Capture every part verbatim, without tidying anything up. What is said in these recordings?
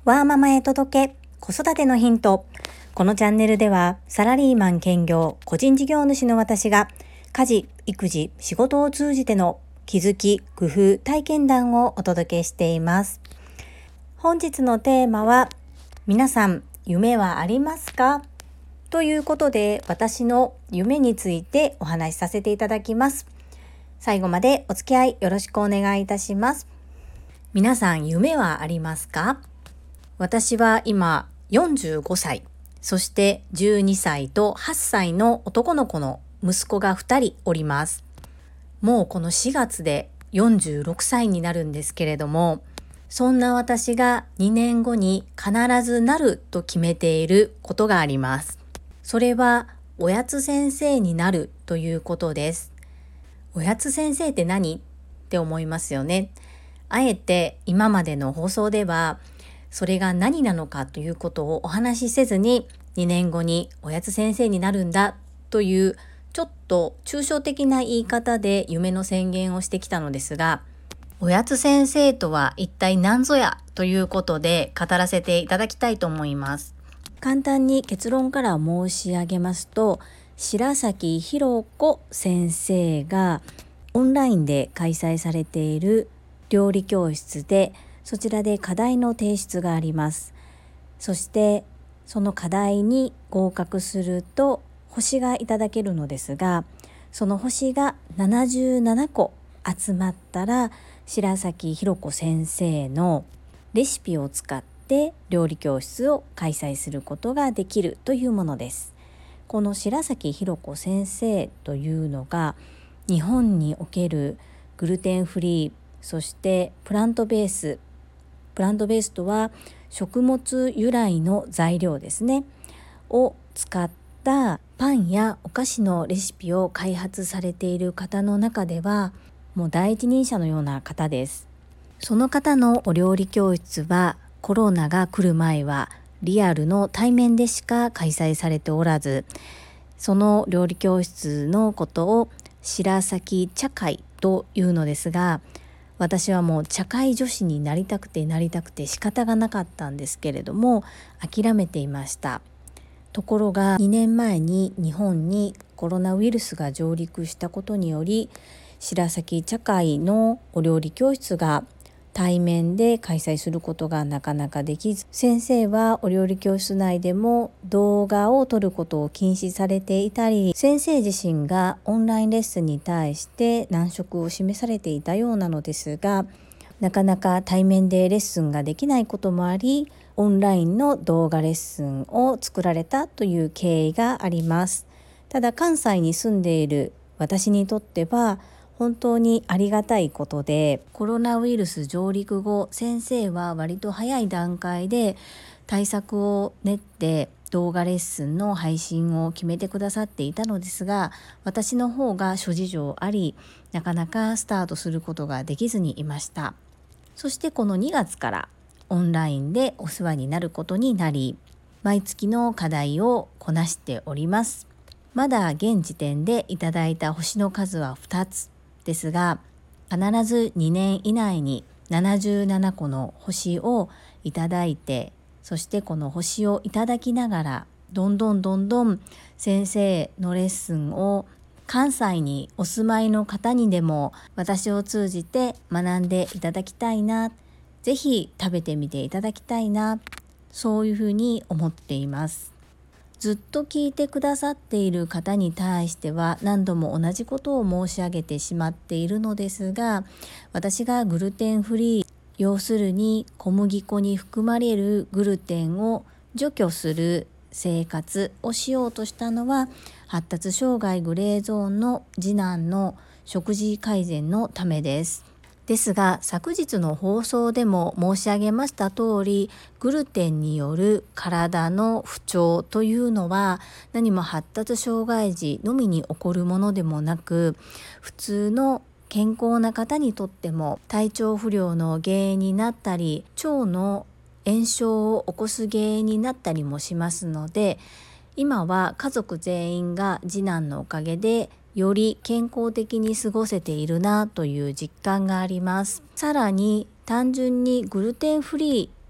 わーママへ届け子育てのヒント。このチャンネルではサラリーマン兼業個人事業主の私が家事、育児、仕事を通じての気づき、工夫、体験談をお届けしています。本日のテーマは、皆さん夢はありますか？ということで、私の夢についてお話しさせていただきます。最後までお付き合いよろしくお願いいたします。皆さん夢はありますか？私は今よんじゅうごさい、そしてじゅうにさいとはっさいの男の子の息子がふたりおります。もうこのしがつでよんじゅうろくさいになるんですけれども、そんな私がにねんごに必ずなると決めていることがあります。それはおやつ先生になるということです。おやつ先生って何？って思いますよね。あえて今までの放送ではそれが何なのかということをお話しせずに、にねんごにおやつ先生になるんだというちょっと抽象的な言い方で夢の宣言をしてきたのですが、おやつ先生とは一体何ぞやということで語らせていただきたいと思います。簡単に結論から申し上げますと、白崎弘子先生がオンラインで開催されている料理教室で、そちらで課題の提出があります。そしてその課題に合格すると星がいただけるのですが、その星がななじゅうななこ集まったら白崎弘子先生のレシピを使って料理教室を開催することができるというものです。この白崎弘子先生というのが日本におけるグルテンフリー、そしてプラントベースプラントベースとは食物由来の材料ですねを使ったパンやお菓子のレシピを開発されている方の中ではもう第一人者のような方です。その方のお料理教室はコロナが来る前はリアルの対面でしか開催されておらず、その料理教室のことを白崎茶会というのですが、私はもう茶会女子になりたくてなりたくて仕方がなかったんですけれども、諦めていました。ところがにねんまえに日本にコロナウイルスが上陸したことにより、白崎茶会のお料理教室が対面で開催することがなかなかできず、先生はお料理教室内でも動画を撮ることを禁止されていたり、先生自身がオンラインレッスンに対して難色を示されていたようなのですが、なかなか対面でレッスンができないこともあり、オンラインの動画レッスンを作られたという経緯があります。ただ関西に住んでいる私にとっては本当にありがたいことで、コロナウイルス上陸後、先生は割と早い段階で対策を練って動画レッスンの配信を決めてくださっていたのですが、私の方が諸事情あり、なかなかスタートすることができずにいました。そしてこのにがつからオンラインでお世話になることになり、毎月の課題をこなしております。まだ現時点でいただいた星の数はふたつですが、必ずにねん以内にななじゅうななこの星をいただいて、そしてこの星をいただきながらどんどんどんどん先生のレッスンを関西にお住まいの方にでも私を通じて学んでいただきたいな、ぜひ食べてみていただきたいな、そういうふうに思っています。ずっと聞いてくださっている方に対しては何度も同じことを申し上げてしまっているのですが、私がグルテンフリー、要するに小麦粉に含まれるグルテンを除去する生活をしようとしたのは、発達障害グレーゾーンの次男の食事改善のためです。ですが昨日の放送でも申し上げました通り、グルテンによる体の不調というのは何も発達障害児のみに起こるものでもなく、普通の健康な方にとっても体調不良の原因になったり、腸の炎症を起こす原因になったりもしますので、今は家族全員が次男のおかげでより健康的に過ごせているなという実感があります。さらに単純にグルテンフリー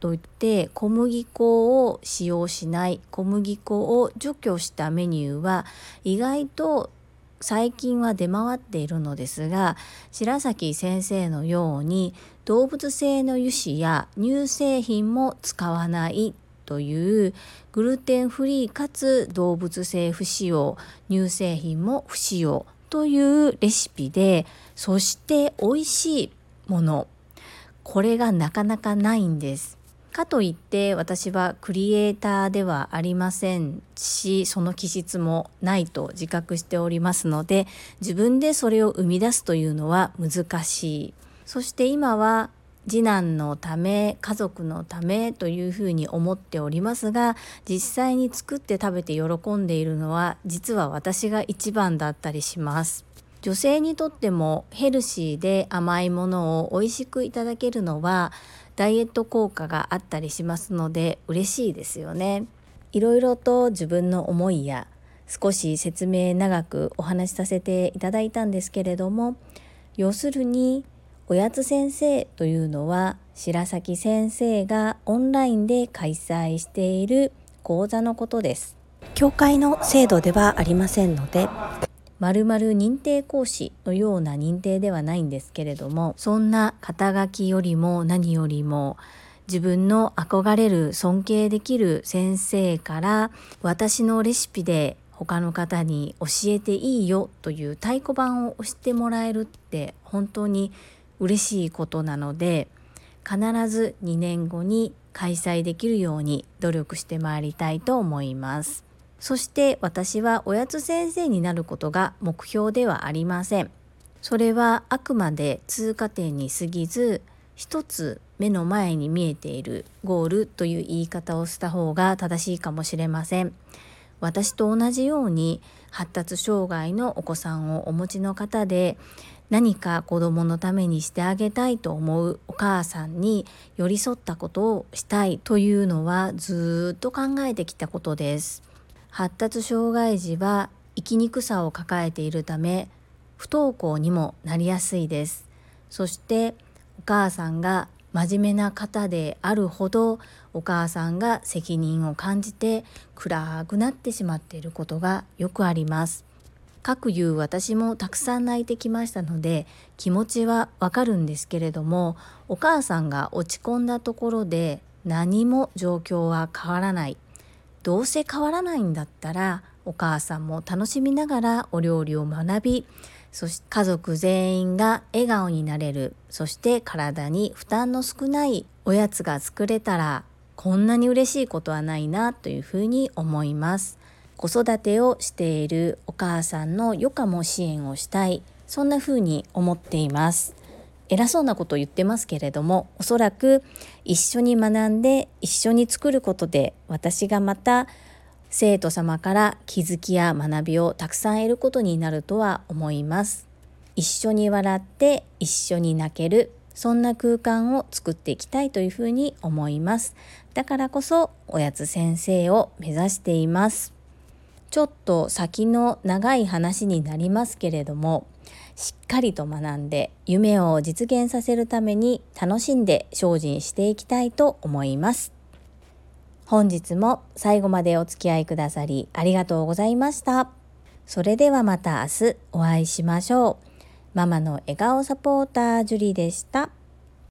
といって小麦粉を使用しない小麦粉を除去したメニューは意外と最近は出回っているのですが、白崎先生のように動物性の油脂や乳製品も使わないというグルテンフリーかつ動物性不使用、乳製品も不使用というレシピで、そして美味しいもの、これがなかなかないんです。かといって私はクリエイターではありませんし、その気質もないと自覚しておりますので、自分でそれを生み出すというのは難しい。そして今は次男のため、家族のためというふうに思っておりますが、実際に作って食べて喜んでいるのは実は私が一番だったりします。女性にとってもヘルシーで甘いものを美味しくいただけるのはダイエット効果があったりしますので嬉しいですよね。いろいろと自分の思いや少し説明長くお話しさせていただいたんですけれども、要するにおやつ先生というのは白崎先生がオンラインで開催している講座のことです。教会の制度ではありませんので、〇〇認定講師のような認定ではないんですけれども、そんな肩書きよりも何よりも自分の憧れる尊敬できる先生から私のレシピで他の方に教えていいよという太鼓判を押してもらえるって本当に嬉しいことなので、必ずにねんごに開催できるように努力してまいりたいと思います。そして私はおやつ先生になることが目標ではありません。それはあくまで通過点に過ぎず、一つ目の前に見えているゴールという言い方をした方が正しいかもしれません。私と同じように発達障害のお子さんをお持ちの方で、何か子供のためにしてあげたいと思うお母さんに寄り添ったことをしたいというのはずっと考えてきたことです。発達障害児は生きにくさを抱えているため不登校にもなりやすいです。そしてお母さんが真面目な方であるほどお母さんが責任を感じて暗くなってしまっていることがよくあります。かくいう私もたくさん泣いてきましたので気持ちはわかるんですけれども、お母さんが落ち込んだところで何も状況は変わらない。どうせ変わらないんだったらお母さんも楽しみながらお料理を学び、そして家族全員が笑顔になれる、そして体に負担の少ないおやつが作れたらこんなに嬉しいことはないなというふうに思います。子育てをしているお母さんの余暇も支援をしたい、そんなふうに思っています。偉そうなことを言ってますけれども、おそらく一緒に学んで一緒に作ることで私がまた生徒様から気づきや学びをたくさん得ることになるとは思います。一緒に笑って一緒に泣ける、そんな空間を作っていきたいというふうに思います。だからこそおやつ先生を目指しています。ちょっと先の長い話になりますけれども、しっかりと学んで夢を実現させるために楽しんで精進していきたいと思います。本日も最後までお付き合いくださりありがとうございました。それではまた明日お会いしましょう。ママの笑顔サポータージュリでした。